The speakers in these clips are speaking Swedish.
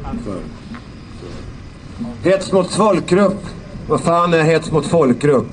Hets mot folkgrupp. Vad fan är hets mot folkgrupp?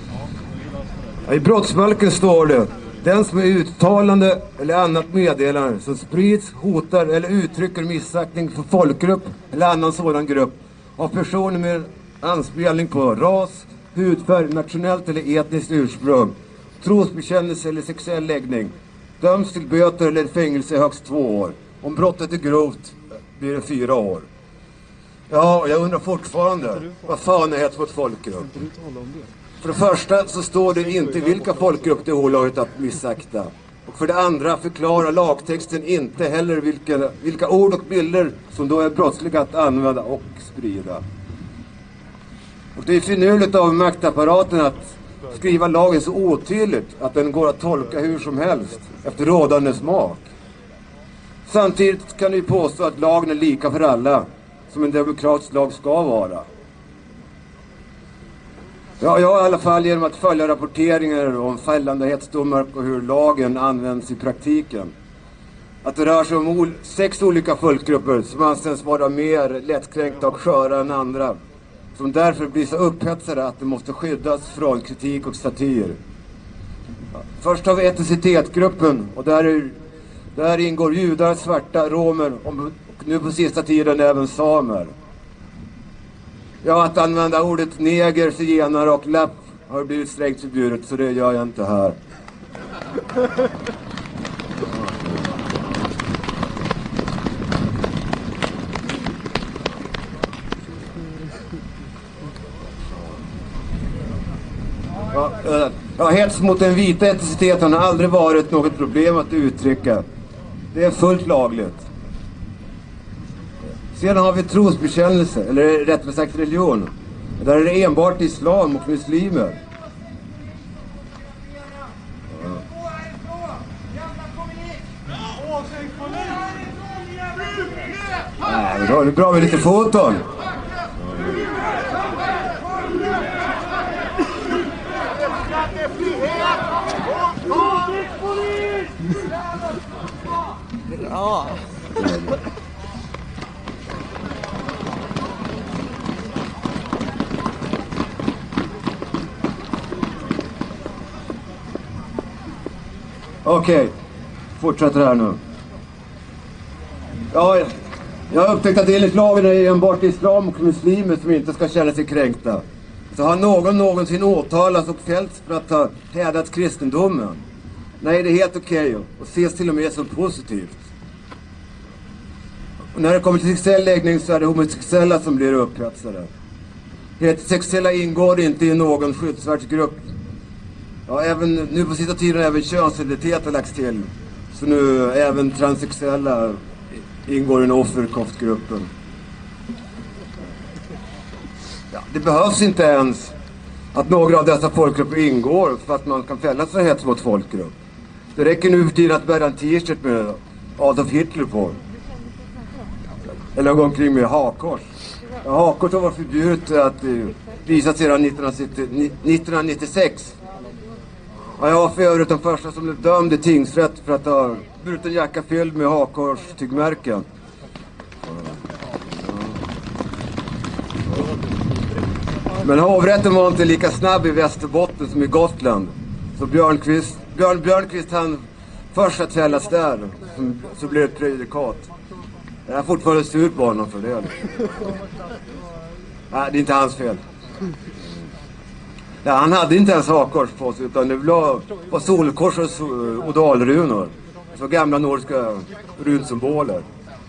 I brottsbalken står det: den som är uttalande eller annat meddelande som sprids, hotar eller uttrycker missaktning för folkgrupp eller annan sådan grupp av personer med anspelning på ras, hudfärg, nationellt eller etniskt ursprung, trosbekännelse eller sexuell läggning, döms till böter eller fängelse i högst 2 år. Om brottet är grovt blir det 4 år. Ja, jag undrar fortfarande, vad fan är hets mot folkgrupp? För det första så står det inte vilka folkgrupp det är olagligt att missakta. Och för det andra förklarar lagtexten inte heller vilka ord och bilder som då är brottsliga att använda och sprida. Och det är finurligt av maktapparaten att skriva lagen så otydligt att den går att tolka hur som helst efter rådande smak. Samtidigt kan vi påstå att lagen är lika för alla, som en demokratisk lag ska vara. Ja, jag i alla fall genom att följa rapporteringar om fällande hetsdomar och hur lagen används i praktiken. Att det rör sig om 6 olika folkgrupper som anses vara mer lättkränkta och sköra än andra. Som därför blir så upphetsade att de måste skyddas från kritik och satir. Först har vi etnicitetsgruppen och där ingår judar, svarta, romer och nu på sista tiden även samer. Ja, att använda ordet neger, zigenare och lapp har blivit strängt förbjudet, så det gör jag inte här. Ja, hets mot den vita etniciteten har aldrig varit något problem att uttrycka. Det är fullt lagligt. Sedan har vi trosbekännelse, eller rättare sagt religion. Där är det enbart islam och muslimer. Nej, det är bra med lite foton. Ja. Okej, fortsätter här nu. Ja, jag har upptäckt att enligt lagen är det enbart islam och muslimer som inte ska känna sig kränkta. Så har någon någonsin åtalats och fällts för att ha hädat kristendomen? Nej, det är helt okej och ses till och med som positivt. Och när det kommer till sexuell läggning så är det homosexuella som blir upphetsade. Heterosexuella ingår inte i någon skyddsvärd grupp. Ja, även nu på sista tiden även könsidentitet har lagts till. Så nu även transsexuella ingår i den offerkoftgruppen. Ja, det behövs inte ens att några av dessa folkgrupper ingår för att man kan fällas för hets mot folkgrupp. Det räcker nu för tiden att bära en t-shirt med Adolf Hitler på. Eller gå omkring med hakkors. Ja, hakkors har varit förbjudet att visas sedan 1996. Ja, jag var för övrigt den första som blev dömd i tingsrätt för att ha burit en jacka fylld med hakkors-tygmärken. Men hovrätten var inte lika snabb i Västerbotten som i Gotland. Så Björn Björnqvist han först att fällas där. Så blev det ett prejudikat. Jag är fortfarande sur på honom för det. Nej, det är inte hans fel. Ja, han hade inte ens hakkors på sig utan det var solkors och odalrunor. Så gamla nordiska runsymboler.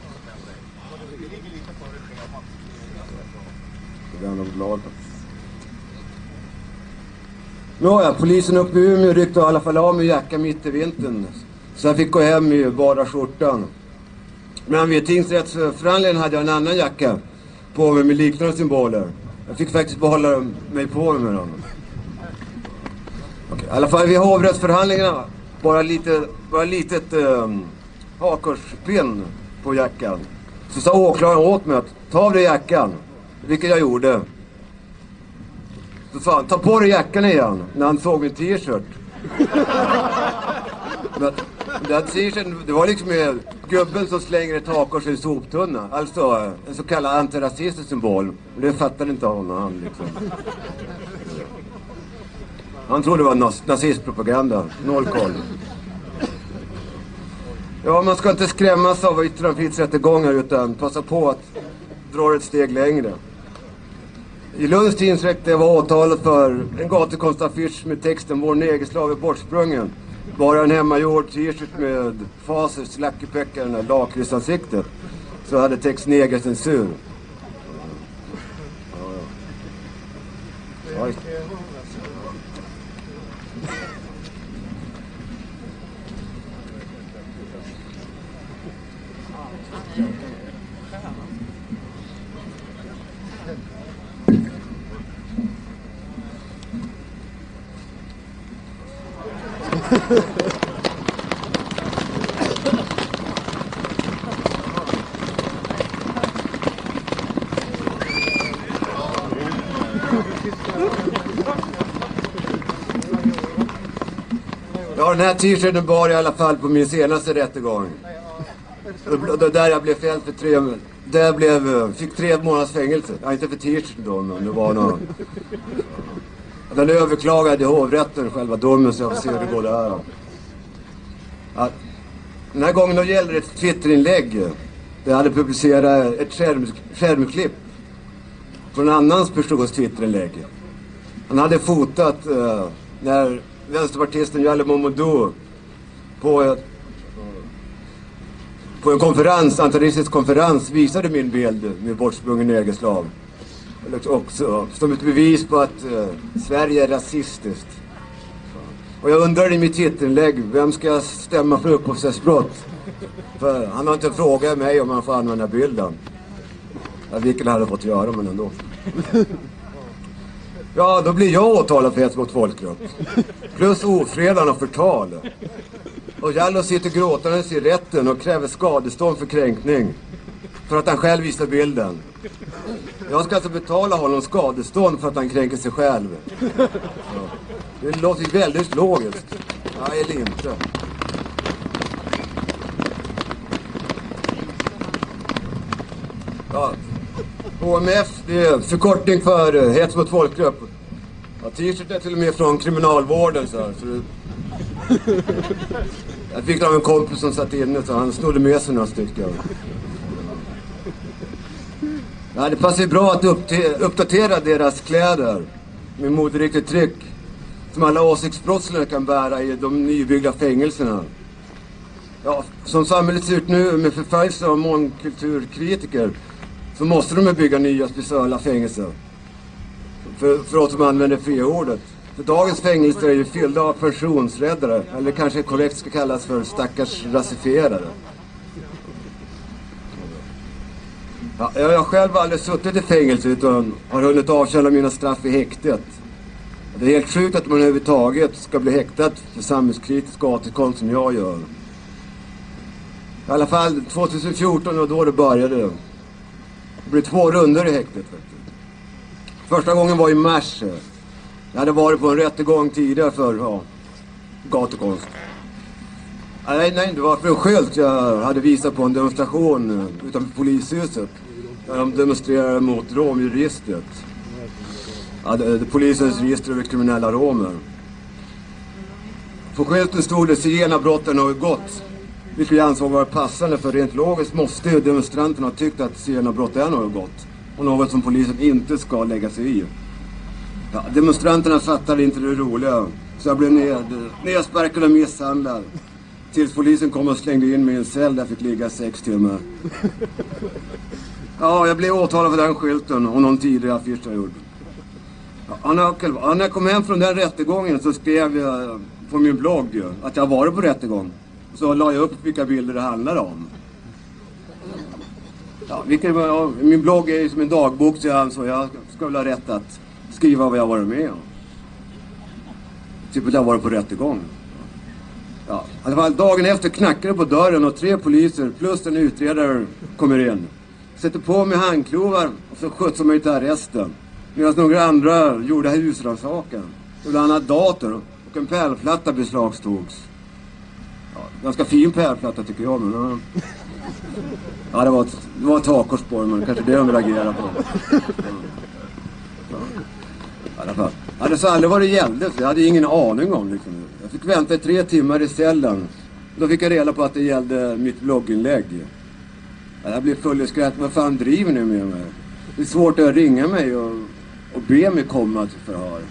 Nåja, polisen uppe i Umeå ryckte i alla fall av med jacka mitt i vintern. Så jag fick gå hem i bara skjortan. Men vid tingsrättsförhandlingen hade jag en annan jacka på mig med liknande symboler. Jag fick faktiskt behålla mig på mig med dem. Okej, i alla fall vid hovrättsförhandlingarna bara litet hakorspinn på jackan. Så sa åklagaren åt mig att ta av dig jackan, vilket jag gjorde. Så sa han, ta på dig jackan igen när han såg min t-shirt. Men den t-shirten, det var liksom gubben som slänger ett hakkors i en soptunna. Alltså en så kallad antirasistisk symbol. Det fattar inte honom liksom. Han trodde det var nazistpropaganda. Noll koll. Ja, man ska inte skrämmas av yttrandefrihetsrättegångar utan passa på att dra ett steg längre. I Lunds tingsrätt var åtalet för en gatukonstaffisch med texten "Vår negerslav är bortsprungen". Bara en hemmagjord t-shirt med Fasers Lackepekaren och lakritsansiktet. Så hade text negercensur. Ja. Ja, den här t-shirten bar i alla fall på min senaste rättegång. Där jag blev fälld för fick 3 månaders fängelse. Ja, inte för t-shirten då, men det var någon. Den överklagade i hovrätten själva domen, så jag får se hur det går där. Ja, den här gången då gäller det ett Twitterinlägg. Jag hade publicerat ett skärmklipp från en annans persons Twitterinlägg. Han hade fotat när vänsterpartisten Jallow Momodou på en konferens, antirasistisk konferens, visade min bild med bortsprungen negerslav. Också som ett bevis på att Sverige är rasistiskt. Och jag undrar i mitt Twitterinlägg, vem ska jag stämma för upphovsrättsbrott? För han har inte frågat mig om han får använda bilden. Vilken hade fått göra, men ändå. Ja, då blir jag åtalad för hets mot folkgrupp. Plus ofredande och förtal. Och Jallow sitter gråtandes i rätten och kräver skadestånd för kränkning. För att han själv visar bilden. Jag ska alltså betala honom skadestånd för att han kränker sig själv. Ja. Det låter väldigt logiskt. Nej, eller inte. Ja. HMF, det är förkortning för hets mot folkgrupp. Ja, t-shirt är till och med från kriminalvården så här. Så det... Jag fick av en kompis som satt inne, så han snodde med sig några stycken. Ja, det passar ju bra att uppdatera deras kläder med moderiktigt tryck som alla åsiktsbrottslingar kan bära i de nybyggda fängelserna. Ja, som samhället ser ut nu med förföljelse av mångkulturkritiker så måste de bygga nya speciella fängelser. För oss som använder friordet. För dagens fängelser är ju fyllda av personsräddare, eller kanske korrekt ska kallas för stackars rasifierade. Ja, jag har själv aldrig suttit i fängelse utan har hunnit avtjäna mina straff i häktet. Det är helt sjukt att man överhuvudtaget ska bli häktad för samhällskritisk gatukonst som jag gör. I alla fall 2014 och då det började. Det blev 2 runder i häktet. Första gången var i mars. Jag hade varit på en rättegång tidigare för gatukonst. Nej, det var för en skylt jag hade visat på en demonstration utanför polishuset. Där de demonstrerade mot romregistret. Ja, polisens register över kriminella romer. På skylten stod det zigenarbrotten har gått. Vilket jag ansåg vara passande, för rent logiskt måste ju demonstranterna ha tyckt att zigenarbrott är något gott. Och något som polisen inte ska lägga sig i. Ja, demonstranterna fattade inte det roliga. Så jag blev nedsparkad och misshandlad. Tills polisen kom och slängde in mig i en cell där jag fick ligga 6 timmar. Ja, jag blev åtalad för den skylten och någon tidigare affisch jag gjorde. Ja, när jag kom hem från den rättegången så skrev jag på min blogg att jag varit på rättegång. Så la jag upp vilka bilder det handlar om. Ja, min blogg är som en dagbok, så jag ska väl ha rätt att skriva vad jag varit med om. Typ att jag varit på rättegång. Ja, i alla fall dagen efter knackade på dörren och 3 poliser plus en utredare kommer in. Sätter på mig handklovar och så skjutsar mig till arresten. Medan några andra gjorde husrannsakan. Bland annat dator och en pärlplatta beslagstogs. Ja, ganska fin pärlplatta tycker jag, men Ja, det var ett hakkorsspår, men kanske det de reagerade på. Ja. I alla fall. Jag hade så aldrig vad det gällde, så jag hade ingen aning om liksom. Jag fick vänta i 3 timmar i cellen. Då fick jag reda på att det gällde mitt blogginlägg. Jag blev full i skratt. Vad fan driver ni med mig? Det är svårt att ringa mig och be mig komma till förhör.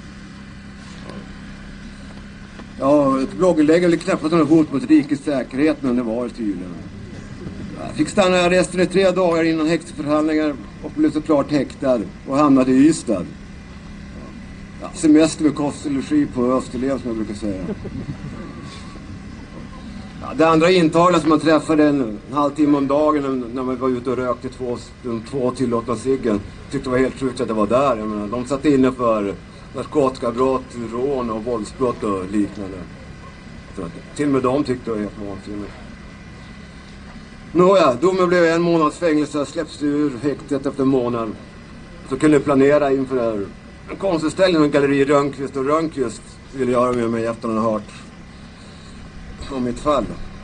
Ja, ett blogginlägg eller knappast något hot mot rikets säkerhet, men det var det tydligen. Jag fick stanna i arresten i 3 dagar innan häktesförhandlingar och blev såklart häktad och hamnade i Ystad. Ja, semester med kost och logi på Österlen, som jag brukar säga. Ja, det andra intagna som man träffade en halvtimme om dagen när man var ute och rökte de 2 tillåtna ciggen, tyckte det var helt sjukt att det var där. Jag menar, de satt inne för narkotikabrott, rån och våldsbrott och liknande. Så till och med de tyckte det var helt vansinnigt. Nåja, domen blev 1 månads fängelse, släpps ur häktet efter en månad. Så kunde jag planera inför en konstutställning med Galleri Rönnqvist, och Rönnqvist ville göra med mig efter att ha hört om mitt fall.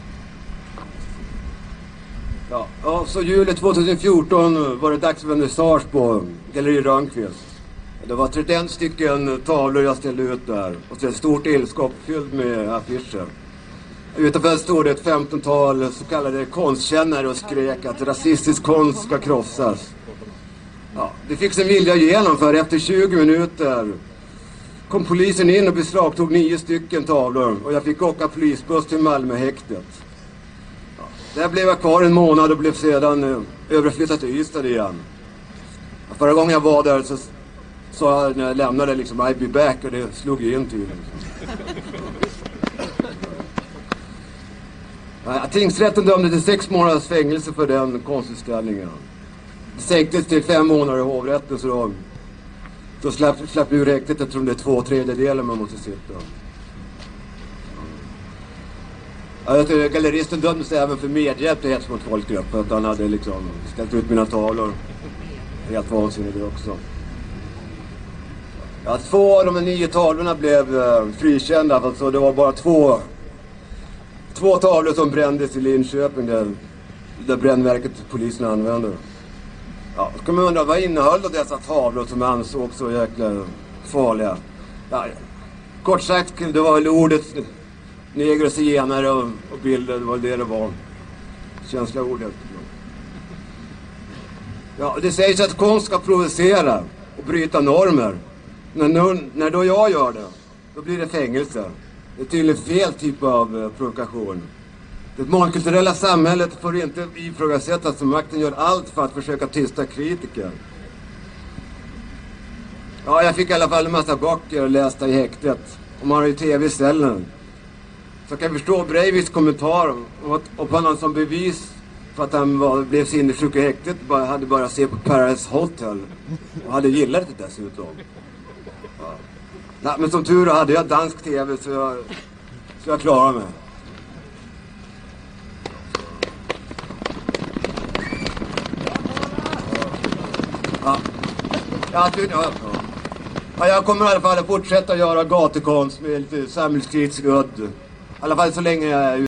Ja, så juli 2014 var det dags för vernissage på Galleri Rönnqvist. Det var 31 stycken tavlor jag ställde ut där, och så ett stort ilskåp fyllt med affischer. Utanför stod det ett 15-tal så kallade konstkännare och skrek att rasistisk konst ska krossas. Ja, det fick sin vilja igenom, för efter 20 minuter kom polisen in och beslagtog 9 stycken tavlor, och jag fick åka polisbuss till Malmöhäktet. Ja, där blev jag kvar en månad och blev sedan överflyttad till Ystad igen. Ja, förra gången jag var där så sa jag när jag lämnade liksom I'll be back, och det slog in tydligen. Ja, tingsrätten dömde till 6 månaders fängelse för den konstutställningen. Det sänktes till 5 månader i hovrätten, så då släpp ur häktet. Jag tror det är 2/3 man måste sitta. Ja, galleristen dömdes även för medhjälp till hets mot folkgrupp, för att han hade liksom ställt ut mina tavlor. Helt vansinnigt också. Ja, 2 av de 9 tavlorna blev frikända, alltså det var bara 2 tavlor som brändes i Linköping, där brännverket polisen använder. Ja, så kan man undra, vad innehöll då dessa tavlor som ansåg så jäkla farliga? Ja, kort sagt, det var väl ordet neger och zigenare och bilder, det var det var. Känsliga ordet. Ja, det sägs att konst ska provocera och bryta normer. När då jag gör det, då blir det fängelse. Det är tydligen fel typ av provokation. Det mångkulturella samhället får inte ifrågasättas, så makten gör allt för att försöka tysta kritiker. Ja, jag fick i alla fall en massa böcker lästa i häktet. Om man har ju tv i cellen. Så kan jag förstå Breiviks kommentar och på honom som bevis för att han blev sinnessjuk i häktet, hade börjat se på Paradise Hotel. Och hade gillat det dessutom. Ja. Nej, men som tur hade jag dansk tv, så jag klarar mig. Ja, jag kommer i alla fall att fortsätta göra gatukonst med lite samhällskritisk udd. I alla fall så länge jag är